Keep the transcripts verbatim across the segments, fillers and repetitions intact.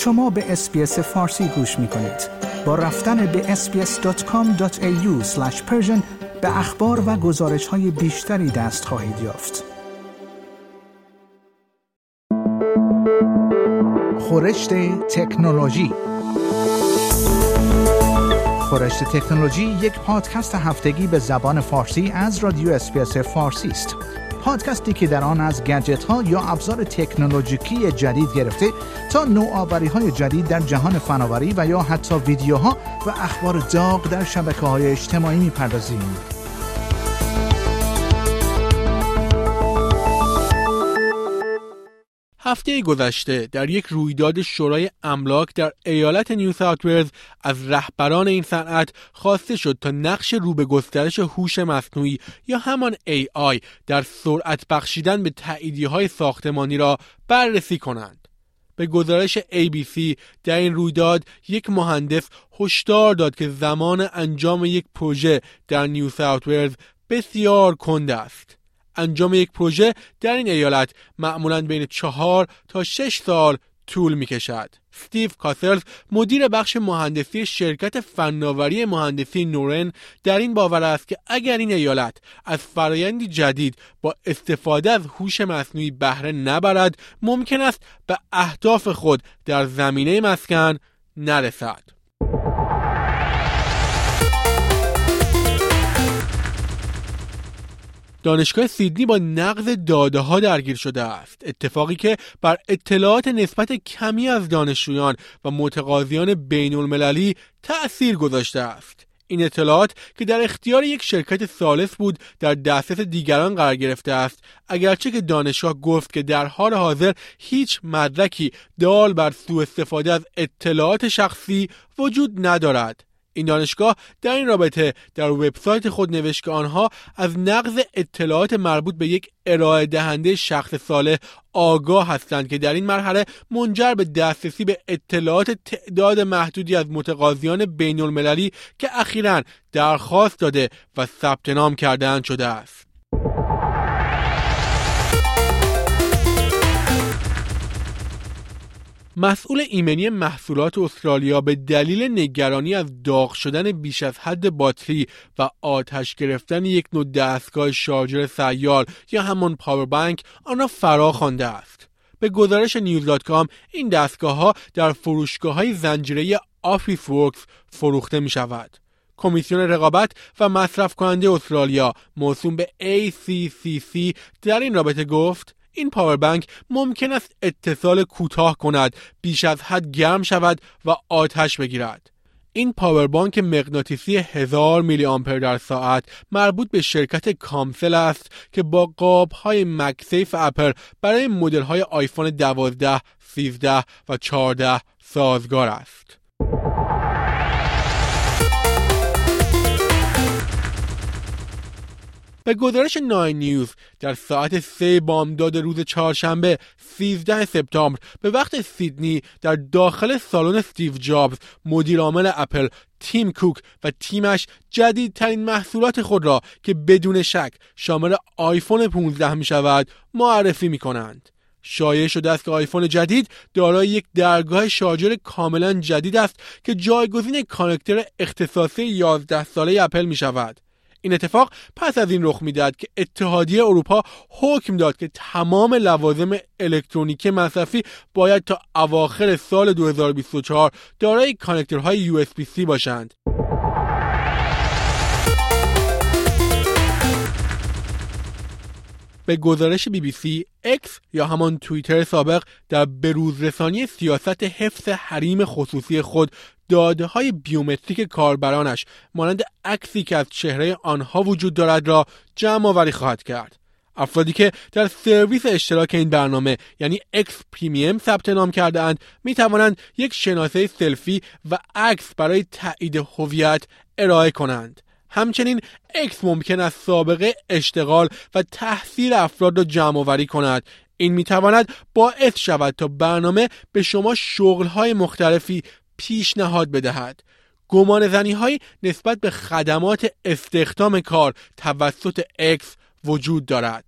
شما به اس بی اس فارسی گوش می کنید. با رفتن به اس بی اس دات کام دات ای یو اسلش پرشن به اخبار و گزارش‌های بیشتری دست خواهید یافت. خورشت تکنولوژی. خورشت تکنولوژی یک پادکست هفتگی به زبان فارسی از رادیو اس بی اس فارسی است. پادکستی که در آن از گجت‌ها یا ابزار تکنولوژیکی جدید گرفته تا نوآوری‌های جدید در جهان فناوری و یا حتی ویدیوها و اخبار داغ در شبکه‌های اجتماعی می‌پردازیم. هفته گذشته در یک رویداد شورای املاک در ایالت نیو ساوت ولز از رهبران این صنعت خواسته شد تا نقش رو به گسترش هوش مصنوعی یا همان ای آی در سرعت بخشیدن به تاییدیه‌های ساختمانی را بررسی کنند. به گزارش ای بی سی در این رویداد یک مهندس هشدار داد که زمان انجام یک پروژه در نیو ساوت ولز بسیار کند است. انجام یک پروژه در این ایالت معمولاً بین چهار تا شش سال طول می کشد. استیو کاسلز مدیر بخش مهندسی شرکت فناوری مهندسی نورن در این باور است که اگر این ایالت از فرآیندی جدید با استفاده از هوش مصنوعی بهره نبرد، ممکن است به اهداف خود در زمینه مسکن نرسد. دانشگاه سیدنی با نقض داده ها درگیر شده است، اتفاقی که بر اطلاعات نسبت کمی از دانشجویان و متقاضیان بین المللی تأثیر گذاشته است. این اطلاعات که در اختیار یک شرکت ثالث بود در دسترس دیگران قرار گرفته است، اگرچه که دانشگاه گفت که در حال حاضر هیچ مدرکی دال بر سوء استفاده از اطلاعات شخصی وجود ندارد. این دانشگاه در این رابطه در وبسایت خود نوشت که آنها از نقض اطلاعات مربوط به یک ارائه دهنده شخص صالح آگاه هستند که در این مرحله منجر به دسترسی به اطلاعات تعداد محدودی از متقاضیان بین المللی که اخیراً درخواست داده و ثبت نام کرده‌اند شده است. مسئول ایمنی محصولات استرالیا به دلیل نگرانی از داغ شدن بیش از حد باتری و آتش گرفتن یک نوع دستگاه شارژر سیار یا همان پاور بانک آن را فرا خوانده است. به گزارش نیوز دات کام این دستگاه‌ها در فروشگاه‌های زنجیره آفیس ورکس فروخته می‌شود. کمیسیون رقابت و مصرف کننده استرالیا موسوم به ای سی سی سی در این رابطه گفت این پاور بانک ممکن است اتصال کوتاه کند، بیش از حد گرم شود و آتش بگیرد. این پاور بانک مغناطیسی هزار میلی آمپر در ساعت مربوط به شرکت کامسل است که با قاب‌های مکسیف اپل برای مدل‌های آیفون دوازده، سیزده و چهارده سازگار است. به گزارش ناین نیوز در ساعت سه بامداد روز چهارشنبه سیزده سپتامبر به وقت سیدنی در داخل سالن استیو جابز مدیر عامل اپل تیم کوک و تیمش جدیدترین محصولات خود را که بدون شک شامل آیفون پانزده می شود معرفی می کنند. شایع شده است که آیفون جدید دارای یک درگاه شارژر کاملا جدید است که جایگزین کانکتور اختصاصی یازده ساله اپل می شود. این اتفاق پس از این رخ می‌دهد که اتحادیه اروپا حکم داد که تمام لوازم الکترونیکی مصرفی باید تا اواخر سال دو هزار و بیست و چهار دارای کانکتورهای یو اس بی سی باشند. به گزارش بی بی سی، اکس یا همان توییتر سابق در بروزرسانی سیاست حفظ حریم خصوصی خود داده‌های بیومتریک کاربرانش مانند عکسی که از چهره آنها وجود دارد را جمع آوری خواهد کرد. افرادی که در سرویس اشتراک این برنامه یعنی اکس پریمیم ثبت نام کرده اند می توانند یک شناسه سلفی و عکس برای تایید هویت ارائه کنند. همچنین اکس ممکن است سابقه اشتغال و تحصیل افراد را جمع آوری کند. این می تواند باعث شود تا برنامه به شما شغل‌های مختلفی پیشنهاد بدهد. گمان زنی‌هایی نسبت به خدمات استخدام کار توسط اکس وجود دارد.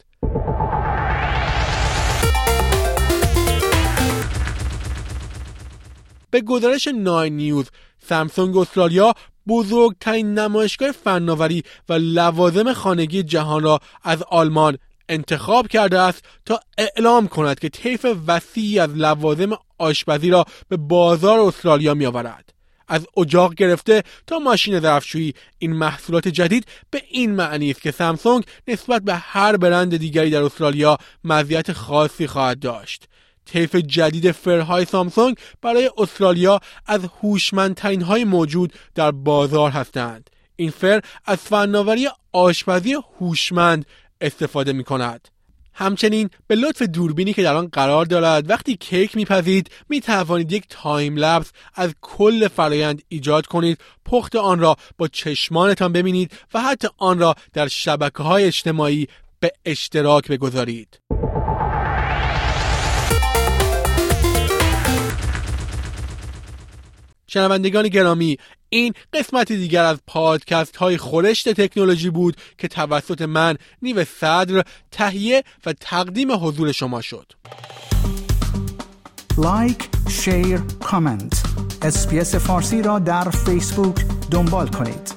به گزارش ناین نیوز، سامسونگ استرالیا بزرگترین نمایشگاه فناوری و لوازم خانگی جهان را از آلمان انتخاب کرده است تا اعلام کند که طیف وسیعی از لوازم آشپزی را به بازار استرالیا می آورد. از اجاق گرفته تا ماشین ظرفشویی، این محصولات جدید به این معنی است که سامسونگ نسبت به هر برند دیگری در استرالیا مزیت خاصی خواهد داشت. طیف جدید فرهای سامسونگ برای استرالیا از هوشمندترین های موجود در بازار هستند. این فر از فناوری آشپزی هوشمند استفاده می کند. همچنین به لطف دوربینی که در آن قرار دارد وقتی کیک میپزید می توانید یک تایم لپس از کل فرایند ایجاد کنید، پخت آن را با چشمانتان ببینید و حتی آن را در شبکه‌های اجتماعی به اشتراک بگذارید. شنوندگان گرامی، این قسمت دیگر از پادکست های خورشت تکنولوژی بود که توسط من نیو صدر تهیه و تقدیم حضور شما شد. لایک، شیر، کامنت. اسپیس فارسی را در فیسبوک دنبال کنید.